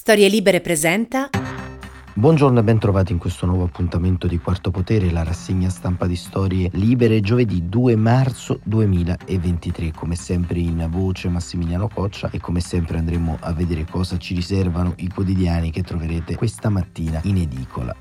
Storie Libere presenta. Buongiorno e ben trovati in questo nuovo appuntamento di Quarto Potere, la rassegna stampa di Storie Libere, giovedì 2 marzo 2023. Come sempre in voce Massimiliano Coccia e come sempre andremo a vedere cosa ci riservano i quotidiani che troverete questa mattina in edicola.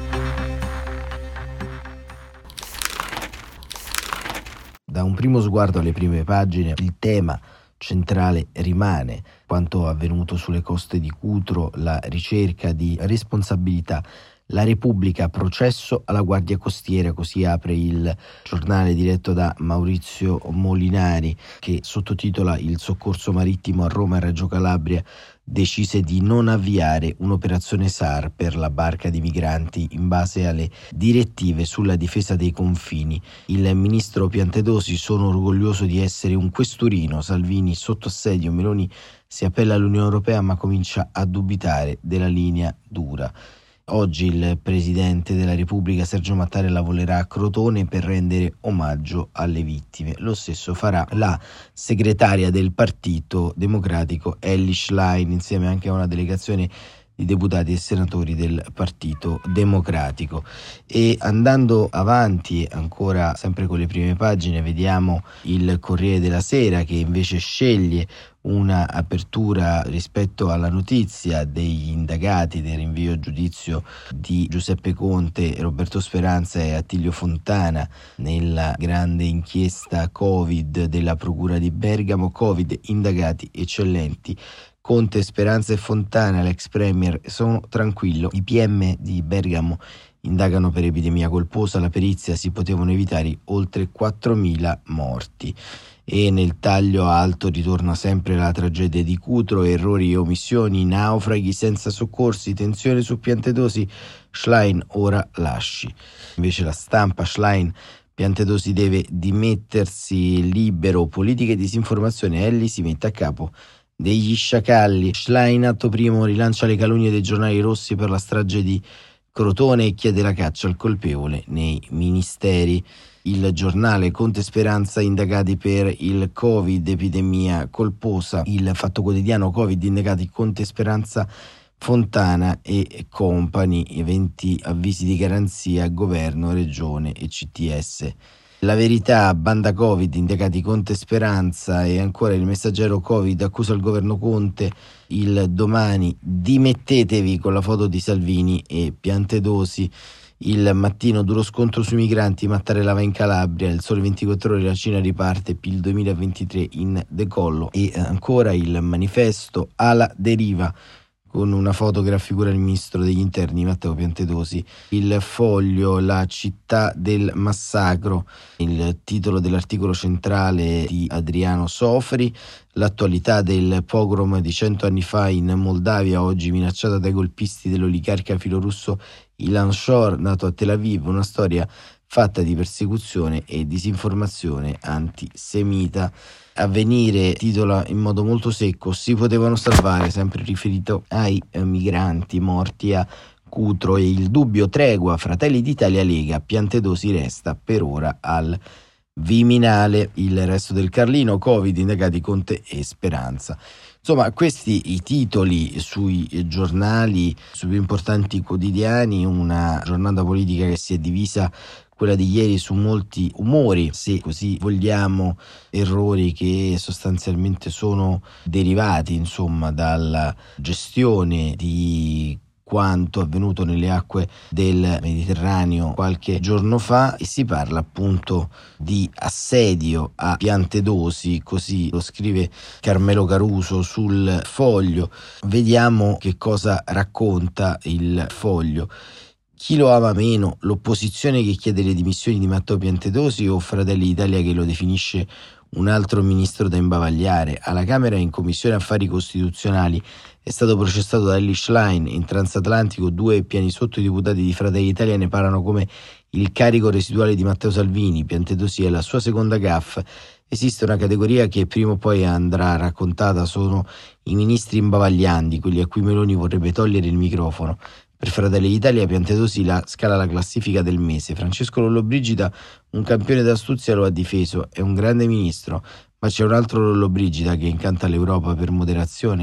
Da un primo sguardo alle prime pagine, il tema centrale rimane quanto avvenuto sulle coste di Cutro, la ricerca di responsabilità. La Repubblica, processo alla Guardia Costiera, così apre il giornale diretto da Maurizio Molinari, che sottotitola: il soccorso marittimo a Roma e Reggio Calabria decise di non avviare un'operazione SAR per la barca di migranti in base alle direttive sulla difesa dei confini. Il ministro Piantedosi: sono orgoglioso di essere un questurino. Salvini sotto assedio, Meloni si appella all'Unione Europea ma comincia a dubitare della linea dura. Oggi il Presidente della Repubblica Sergio Mattarella volerà a Crotone per rendere omaggio alle vittime. Lo stesso farà la segretaria del Partito Democratico Elly Schlein, insieme anche a una delegazione di deputati e senatori del Partito Democratico. E andando avanti, ancora sempre con le prime pagine, vediamo il Corriere della Sera, che invece sceglie una apertura rispetto alla notizia degli indagati del rinvio a giudizio di Giuseppe Conte, Roberto Speranza e Attilio Fontana nella grande inchiesta Covid della Procura di Bergamo. Covid, indagati eccellenti. Conte, Speranza e Fontana, l'ex premier, sono tranquillo. I PM di Bergamo indagano per epidemia colposa, la perizia, si potevano evitare oltre 4.000 morti. E nel taglio alto ritorna sempre la tragedia di Cutro: errori e omissioni, naufraghi senza soccorsi, tensione su Piantedosi, Schlein ora lasci. Invece La Stampa: Schlein, Piantedosi deve dimettersi, Libero, politica e disinformazione, Elly si mette a capo degli sciacalli. Schlein, atto primo, rilancia le calunnie dei giornali rossi per la strage di Crotone e chiede la caccia al colpevole nei ministeri. Il Giornale: Conte e Speranza indagati per il Covid, epidemia colposa. Il Fatto Quotidiano: Covid, indagati Conte, Speranza, Fontana e compagni, 20 avvisi di garanzia, governo, regione e CTS. La Verità: banda Covid, indagati Conte e Speranza. E ancora Il Messaggero: Covid, accusa il governo Conte. Il Domani: dimettetevi, con la foto di Salvini e Piantedosi. Il Mattino: duro scontro sui migranti, Mattarella va in Calabria. Il Sole 24 Ore: la Cina riparte, PIL 2023 in decollo. E ancora il Manifesto: alla deriva, con una foto che raffigura il ministro degli interni Matteo Piantedosi. Il Foglio: la città del massacro, il titolo dell'articolo centrale di Adriano Sofri. L'attualità del pogrom di 100 anni fa in Moldavia, oggi minacciata dai golpisti dell'oligarca filorusso Ilan Shor, nato a Tel Aviv, una storia fatta di persecuzione e disinformazione antisemita. Avvenire titola in modo molto secco: si potevano salvare, sempre riferito ai migranti morti a Cutro. E Il Dubbio: tregua, Fratelli d'Italia Lega, Piantedosi resta per ora al Viminale. Il Resto del Carlino: Covid, indagati Conte e Speranza. Insomma, questi i titoli sui giornali, sui più importanti quotidiani. Una giornata politica che si è divisa, quella di ieri, su molti umori, se così vogliamo, errori che sostanzialmente sono derivati, dalla gestione di quanto avvenuto nelle acque del Mediterraneo qualche giorno fa, e si parla appunto di assedio a Piantedosi, così lo scrive Carmelo Caruso sul Foglio. Vediamo che cosa racconta il Foglio. Chi lo ama meno, l'opposizione che chiede le dimissioni di Matteo Piantedosi o Fratelli d'Italia che lo definisce un altro ministro da imbavagliare? Alla Camera, in Commissione Affari Costituzionali, è stato processato da Elly Schlein. In Transatlantico, 2 piani sotto i deputati di Fratelli d'Italia ne parlano come il carico residuale di Matteo Salvini. Piantedosi è la sua seconda gaffe. Esiste una categoria che prima o poi andrà raccontata: sono i ministri imbavaglianti, quelli a cui Meloni vorrebbe togliere il microfono. Per Fratelli d'Italia, Piantedosi scala la classifica del mese. Francesco Lollobrigida, un campione d'astuzia, lo ha difeso: è un grande ministro, ma c'è un altro Lollobrigida che incanta l'Europa per moderazione,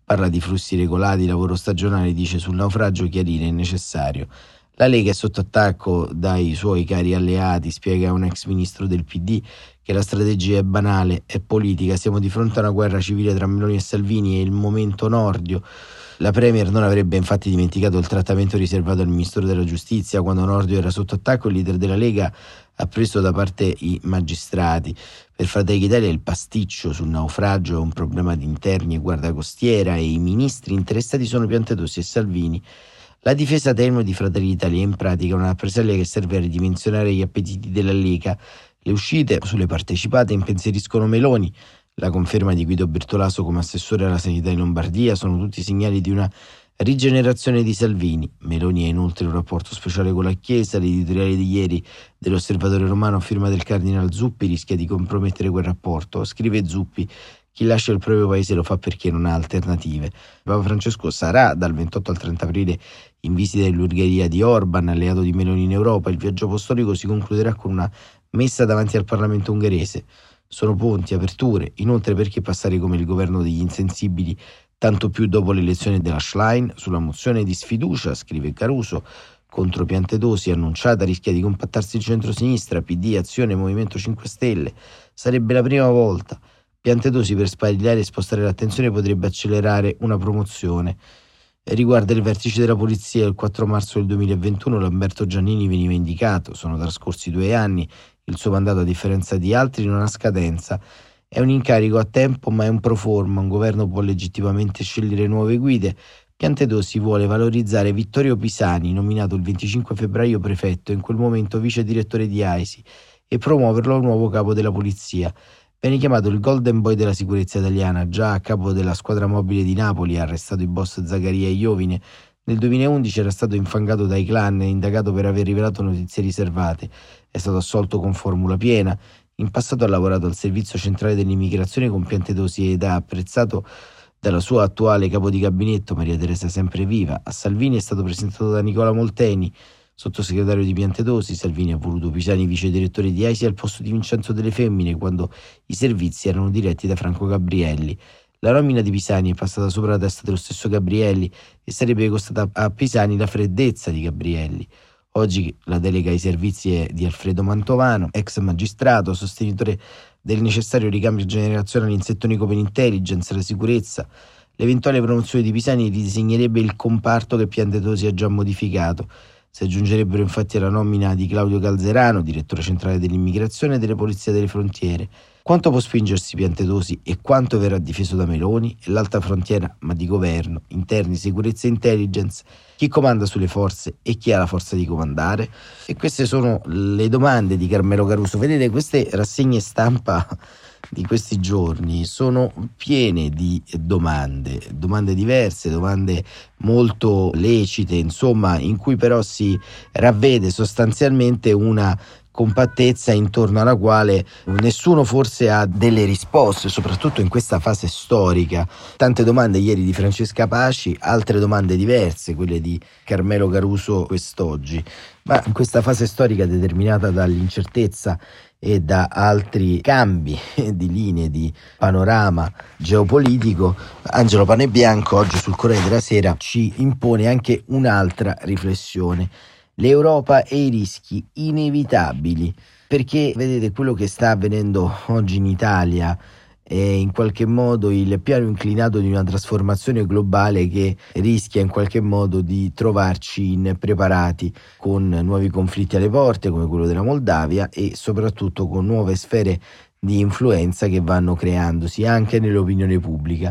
parla di flussi regolati, lavoro stagionale, dice sul naufragio chiarire è necessario. La Lega è sotto attacco dai suoi cari alleati, spiega un ex ministro del PD che la strategia è banale, è politica, siamo di fronte a una guerra civile tra Meloni e Salvini e il momento Nordio. La Premier non avrebbe infatti dimenticato il trattamento riservato al Ministro della Giustizia quando Nordio era sotto attacco. Il leader della Lega ha preso da parte i magistrati. Per Fratelli d'Italia il pasticcio sul naufragio è un problema di interni e guardia costiera e i ministri interessati sono Piantedosi e Salvini. La difesa termo di Fratelli d'Italia è in pratica una rappresaglia che serve a ridimensionare gli appetiti della Lega. Le uscite sulle partecipate impensieriscono Meloni. La conferma di Guido Bertolaso come assessore alla sanità in Lombardia sono tutti segnali di una rigenerazione di Salvini. Meloni ha inoltre un rapporto speciale con la Chiesa. L'editoriale di ieri dell'Osservatore Romano a firma del Cardinal Zuppi rischia di compromettere quel rapporto. Scrive Zuppi: chi lascia il proprio paese lo fa perché non ha alternative. Papa Francesco sarà dal 28 al 30 aprile in visita in Ungheria di Orban, alleato di Meloni in Europa. Il viaggio apostolico si concluderà con una messa davanti al Parlamento ungherese. Sono ponti, aperture, inoltre perché passare come il governo degli insensibili, tanto più dopo l'elezione della Schlein. Sulla mozione di sfiducia, scrive Caruso, contro Piantedosi annunciata rischia di compattarsi il centro-sinistra, PD, Azione, Movimento 5 Stelle. Sarebbe la prima volta. Piantedosi per sparigliare e spostare l'attenzione potrebbe accelerare una promozione. Riguarda il vertice della polizia, il 4 marzo del 2021 Lamberto Giannini veniva indicato, sono trascorsi 2 anni, il suo mandato a differenza di altri non ha scadenza, è un incarico a tempo ma è un pro forma, un governo può legittimamente scegliere nuove guide. Piantedosi vuole valorizzare Vittorio Pisani, nominato il 25 febbraio prefetto, in quel momento vice direttore di AISI, e promuoverlo nuovo capo della polizia. Viene chiamato il Golden Boy della sicurezza italiana, già a capo della squadra mobile di Napoli, ha arrestato i boss Zaccaria e Iovine. Nel 2011 era stato infangato dai clan e indagato per aver rivelato notizie riservate. È stato assolto con formula piena. In passato ha lavorato al Servizio Centrale dell'Immigrazione con Piantedosi ed ha apprezzato dalla sua attuale capo di gabinetto, Maria Teresa Sempreviva. A Salvini è stato presentato da Nicola Molteni, sottosegretario di Piantedosi. Salvini ha voluto Pisani vice direttore di AISI al posto di Vincenzo Delle Femmine quando i servizi erano diretti da Franco Gabrielli. La nomina di Pisani è passata sopra la testa dello stesso Gabrielli e sarebbe costata a Pisani la freddezza di Gabrielli. Oggi la delega ai servizi è di Alfredo Mantovano, ex magistrato, sostenitore del necessario ricambio generazionale in settori come l'intelligence e la sicurezza. L'eventuale promozione di Pisani ridisegnerebbe il comparto che Piantedosi ha già modificato. Si aggiungerebbero infatti alla nomina di Claudio Calzerano, direttore centrale dell'immigrazione e delle polizie delle frontiere. Quanto può spingersi Piantedosi e quanto verrà difeso da Meloni? È l'alta frontiera, ma di governo, interni, sicurezza e intelligence. Chi comanda sulle forze e chi ha la forza di comandare? E queste sono le domande di Carmelo Caruso. Vedete, queste rassegne stampa di questi giorni sono piene di domande diverse, domande molto lecite, insomma, in cui però si ravvede sostanzialmente una compattezza intorno alla quale nessuno forse ha delle risposte, soprattutto in questa fase storica. Tante domande ieri di Francesca Paci, altre domande diverse, quelle di Carmelo Caruso quest'oggi, ma in questa fase storica determinata dall'incertezza e da altri cambi di linee, di panorama geopolitico, Angelo Panebianco oggi sul Corriere della Sera ci impone anche un'altra riflessione: l'Europa e i rischi inevitabili, perché vedete quello che sta avvenendo oggi in Italia è in qualche modo il piano inclinato di una trasformazione globale che rischia in qualche modo di trovarci impreparati, con nuovi conflitti alle porte come quello della Moldavia e soprattutto con nuove sfere di influenza che vanno creandosi anche nell'opinione pubblica.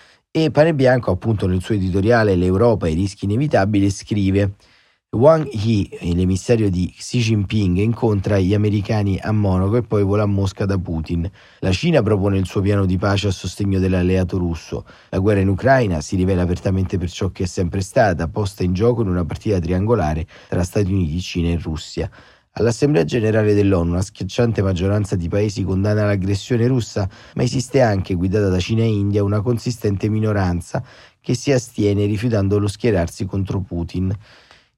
E Panebianco, appunto, nel suo editoriale L'Europa e i rischi inevitabili scrive: Wang Yi, l'emissario di Xi Jinping, incontra gli americani a Monaco e poi vola a Mosca da Putin. La Cina propone il suo piano di pace a sostegno dell'alleato russo. La guerra in Ucraina si rivela apertamente per ciò che è sempre stata, posta in gioco in una partita triangolare tra Stati Uniti, Cina e Russia. All'Assemblea Generale dell'ONU una schiacciante maggioranza di paesi condanna l'aggressione russa, ma esiste anche, guidata da Cina e India, una consistente minoranza che si astiene rifiutando lo schierarsi contro Putin.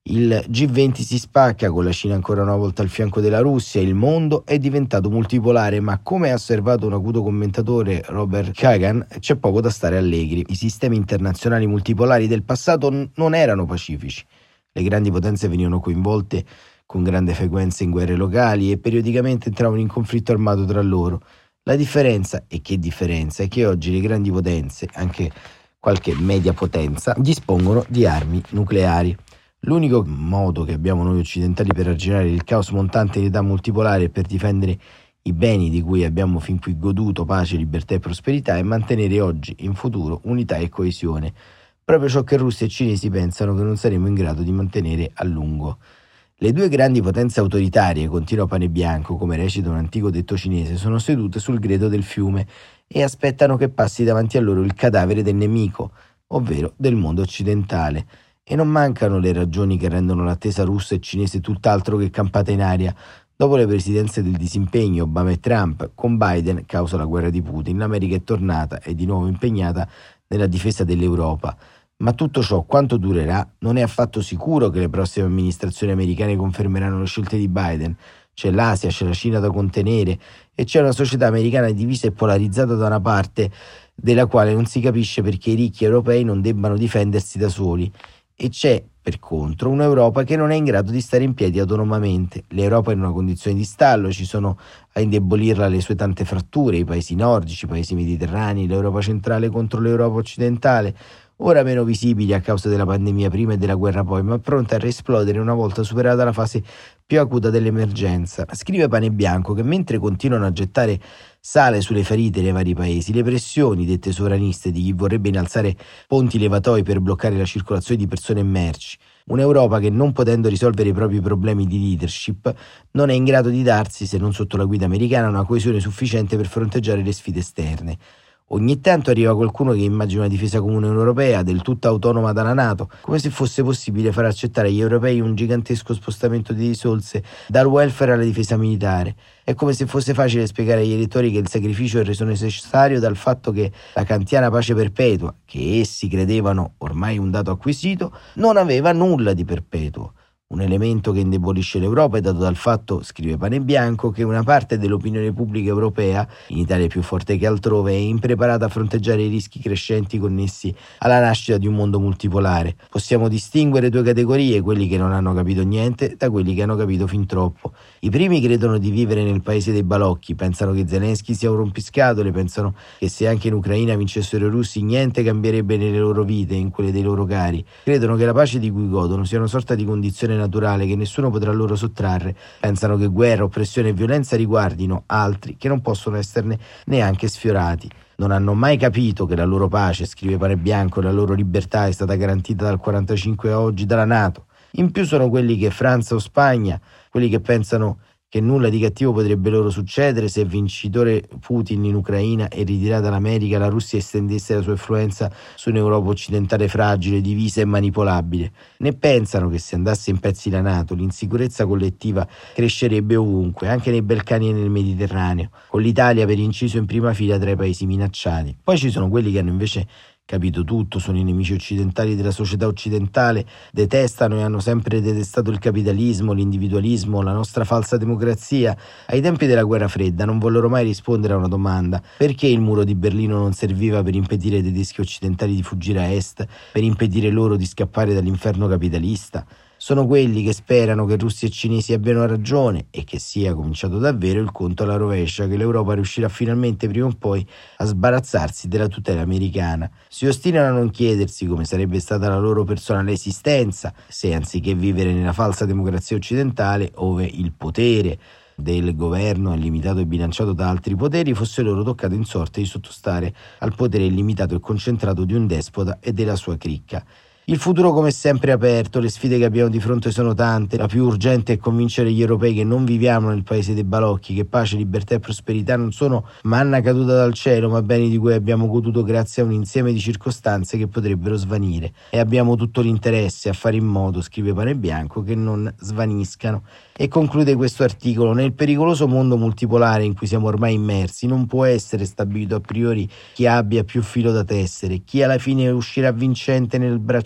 Il G20 si spacca, con la Cina ancora una volta al fianco della Russia, il mondo è diventato multipolare, ma come ha osservato un acuto commentatore, Robert Kagan, c'è poco da stare allegri. I sistemi internazionali multipolari del passato non erano pacifici. Le grandi potenze venivano coinvolte con grande frequenza in guerre locali e periodicamente entravano in conflitto armato tra loro. La differenza, e che differenza, è che oggi le grandi potenze, anche qualche media potenza, dispongono di armi nucleari. L'unico modo che abbiamo noi occidentali per arginare il caos montante in età multipolare e per difendere i beni di cui abbiamo fin qui goduto, pace, libertà e prosperità, è mantenere oggi e in futuro unità e coesione. Proprio ciò che russi e cinesi pensano che non saremo in grado di mantenere a lungo. Le due grandi potenze autoritarie, continua Panebianco, come recita un antico detto cinese, sono sedute sul greto del fiume e aspettano che passi davanti a loro il cadavere del nemico, ovvero del mondo occidentale. E non mancano le ragioni che rendono l'attesa russa e cinese tutt'altro che campata in aria. Dopo le presidenze del disimpegno Obama e Trump, con Biden, causa la guerra di Putin, l'America è tornata e di nuovo impegnata nella difesa dell'Europa. Ma tutto ciò quanto durerà? Non è affatto sicuro che le prossime amministrazioni americane confermeranno le scelte di Biden. C'è l'Asia, c'è la Cina da contenere e c'è una società americana divisa e polarizzata da una parte della quale non si capisce perché i ricchi europei non debbano difendersi da soli. E c'è, per contro, un'Europa che non è in grado di stare in piedi autonomamente. L'Europa è in una condizione di stallo, ci sono a indebolirla le sue tante fratture, i paesi nordici, i paesi mediterranei, l'Europa centrale contro l'Europa occidentale, ora meno visibili a causa della pandemia prima e della guerra poi, ma pronte a reesplodere una volta superata la fase più acuta dell'emergenza. Scrive Panebianco che mentre continuano a gettare sale sulle ferite nei vari paesi, le pressioni dette sovraniste di chi vorrebbe innalzare ponti levatoi per bloccare la circolazione di persone e merci, un'Europa che non potendo risolvere i propri problemi di leadership non è in grado di darsi, se non sotto la guida americana, una coesione sufficiente per fronteggiare le sfide esterne. Ogni tanto arriva qualcuno che immagina una difesa comune europea, del tutto autonoma dalla NATO, come se fosse possibile far accettare agli europei un gigantesco spostamento di risorse dal welfare alla difesa militare. È come se fosse facile spiegare agli elettori che il sacrificio è reso necessario dal fatto che la kantiana pace perpetua, che essi credevano ormai un dato acquisito, non aveva nulla di perpetuo. Un elemento che indebolisce l'Europa è dato dal fatto, scrive Panebianco, che una parte dell'opinione pubblica europea, in Italia più forte che altrove, è impreparata a fronteggiare i rischi crescenti connessi alla nascita di un mondo multipolare. Possiamo distinguere due categorie, quelli che non hanno capito niente da quelli che hanno capito fin troppo. I primi credono di vivere nel paese dei balocchi, pensano che Zelensky sia un rompiscatole, pensano che se anche in Ucraina vincessero i russi niente cambierebbe nelle loro vite e in quelle dei loro cari. Credono che la pace di cui godono sia una sorta di condizione naturale che nessuno potrà loro sottrarre. Pensano che guerra, oppressione e violenza riguardino altri che non possono esserne neanche sfiorati. Non hanno mai capito che la loro pace, scrive Panebianco, la loro libertà è stata garantita dal 1945 a oggi dalla NATO. In più sono quelli che Francia o Spagna, quelli che pensano che nulla di cattivo potrebbe loro succedere se vincitore Putin in Ucraina e ritirata l'America, la Russia estendesse la sua influenza su un'Europa occidentale fragile, divisa e manipolabile. Ne pensano che se andasse in pezzi la NATO, l'insicurezza collettiva crescerebbe ovunque, anche nei Balcani e nel Mediterraneo, con l'Italia per inciso in prima fila tra i paesi minacciati. Poi ci sono quelli che hanno invece capito tutto, sono i nemici occidentali della società occidentale, detestano e hanno sempre detestato il capitalismo, l'individualismo, la nostra falsa democrazia. Ai tempi della guerra fredda non vollero mai rispondere a una domanda: perché il muro di Berlino non serviva per impedire ai tedeschi occidentali di fuggire a est, per impedire loro di scappare dall'inferno capitalista? Sono quelli che sperano che russi e cinesi abbiano ragione e che sia cominciato davvero il conto alla rovescia, che l'Europa riuscirà finalmente prima o poi a sbarazzarsi della tutela americana. Si ostinano a non chiedersi come sarebbe stata la loro personale esistenza se, anziché vivere nella falsa democrazia occidentale, ove il potere del governo è limitato e bilanciato da altri poteri, fosse loro toccato in sorte di sottostare al potere illimitato e concentrato di un despota e della sua cricca. Il futuro come sempre è aperto, le sfide che abbiamo di fronte sono tante, la più urgente è convincere gli europei che non viviamo nel paese dei balocchi, che pace, libertà e prosperità non sono manna caduta dal cielo, ma beni di cui abbiamo goduto grazie a un insieme di circostanze che potrebbero svanire. E abbiamo tutto l'interesse a fare in modo, scrive Panebianco, che non svaniscano. E conclude questo articolo: nel pericoloso mondo multipolare in cui siamo ormai immersi non può essere stabilito a priori chi abbia più filo da tessere, chi alla fine uscirà vincente nel braccio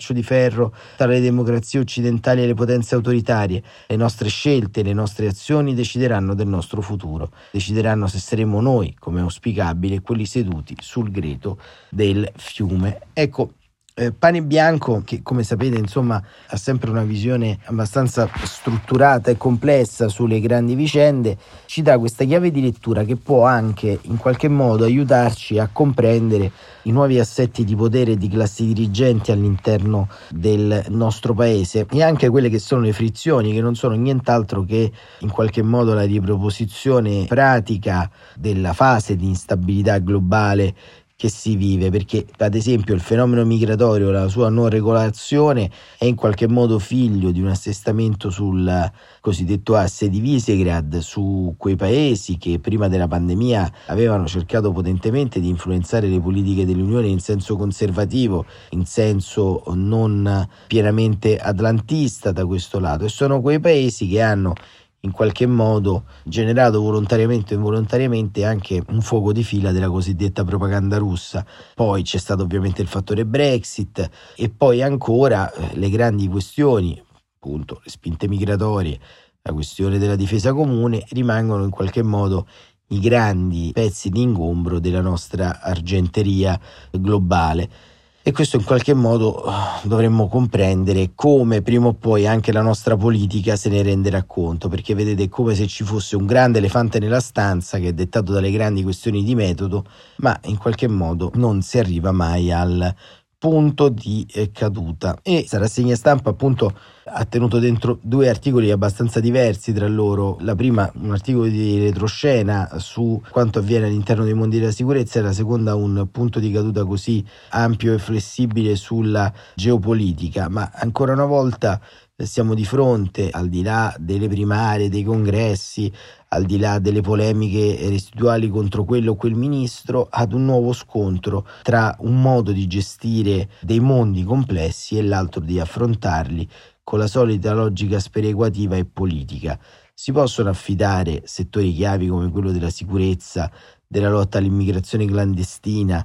braccio di ferro tra le democrazie occidentali e le potenze autoritarie. Le nostre scelte, le nostre azioni decideranno del nostro futuro, decideranno se saremo noi, come auspicabile, quelli seduti sul greto del fiume. Ecco, Pane Bianco, che come sapete insomma ha sempre una visione abbastanza strutturata e complessa sulle grandi vicende, ci dà questa chiave di lettura che può anche in qualche modo aiutarci a comprendere i nuovi assetti di potere e di classi dirigenti all'interno del nostro paese e anche quelle che sono le frizioni, che non sono nient'altro che in qualche modo la riproposizione pratica della fase di instabilità globale che si vive, perché ad esempio il fenomeno migratorio, la sua non regolazione, è in qualche modo figlio di un assestamento sul cosiddetto asse di Visegrad, su quei paesi che prima della pandemia avevano cercato potentemente di influenzare le politiche dell'Unione in senso conservativo, in senso non pienamente atlantista da questo lato, e sono quei paesi che hanno in qualche modo generato volontariamente o involontariamente anche un fuoco di fila della cosiddetta propaganda russa. Poi c'è stato ovviamente il fattore Brexit e poi ancora le grandi questioni, appunto le spinte migratorie, la questione della difesa comune, rimangono in qualche modo i grandi pezzi di ingombro della nostra argenteria globale. E questo in qualche modo dovremmo comprendere come prima o poi anche la nostra politica se ne renderà conto, perché vedete è come se ci fosse un grande elefante nella stanza che è dettato dalle grandi questioni di metodo, ma in qualche modo non si arriva mai al punto di caduta. E la rassegna stampa appunto ha tenuto dentro due articoli abbastanza diversi tra loro. La prima un articolo di retroscena su quanto avviene all'interno dei mondi della sicurezza e la seconda un punto di caduta così ampio e flessibile sulla geopolitica. Ma ancora una volta siamo di fronte, al di là delle primarie, dei congressi, al di là delle polemiche residuali contro quello o quel ministro, ad un nuovo scontro tra un modo di gestire dei mondi complessi e l'altro di affrontarli con la solita logica sperequativa e politica. Si possono affidare settori chiavi come quello della sicurezza, della lotta all'immigrazione clandestina,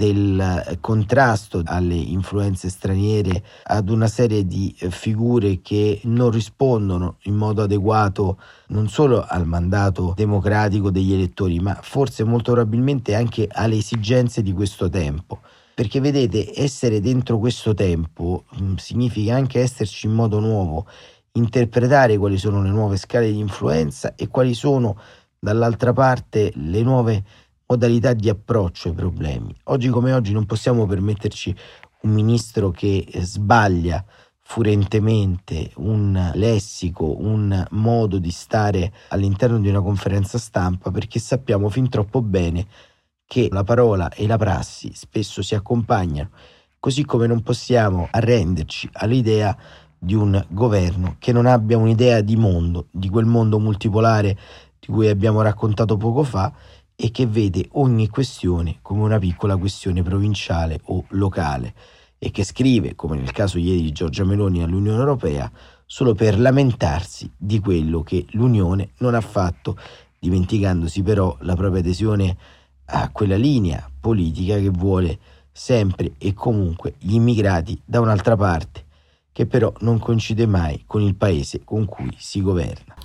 del contrasto alle influenze straniere, ad una serie di figure che non rispondono in modo adeguato non solo al mandato democratico degli elettori, ma forse molto probabilmente anche alle esigenze di questo tempo. Perché vedete, essere dentro questo tempo significa anche esserci in modo nuovo, interpretare quali sono le nuove scale di influenza e quali sono dall'altra parte le nuove modalità di approccio ai problemi. Oggi come oggi non possiamo permetterci un ministro che sbaglia furentemente un lessico, un modo di stare all'interno di una conferenza stampa, perché sappiamo fin troppo bene che la parola e la prassi spesso si accompagnano, così come non possiamo arrenderci all'idea di un governo che non abbia un'idea di mondo, di quel mondo multipolare di cui abbiamo raccontato poco fa e che vede ogni questione come una piccola questione provinciale o locale e che scrive, come nel caso ieri di Giorgia Meloni all'Unione Europea, solo per lamentarsi di quello che l'Unione non ha fatto, dimenticandosi però la propria adesione a quella linea politica che vuole sempre e comunque gli immigrati da un'altra parte, che però non coincide mai con il paese con cui si governa.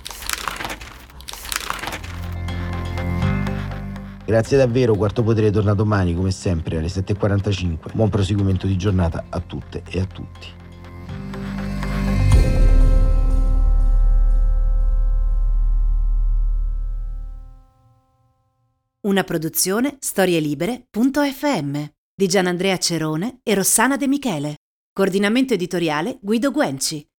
Grazie davvero, Quarto Potere torna domani come sempre alle 7:45. Buon proseguimento di giornata a tutte e a tutti. Una produzione storielibere.fm di Gianandrea Cerone e Rossana De Michele. Coordinamento editoriale Guido Guenci.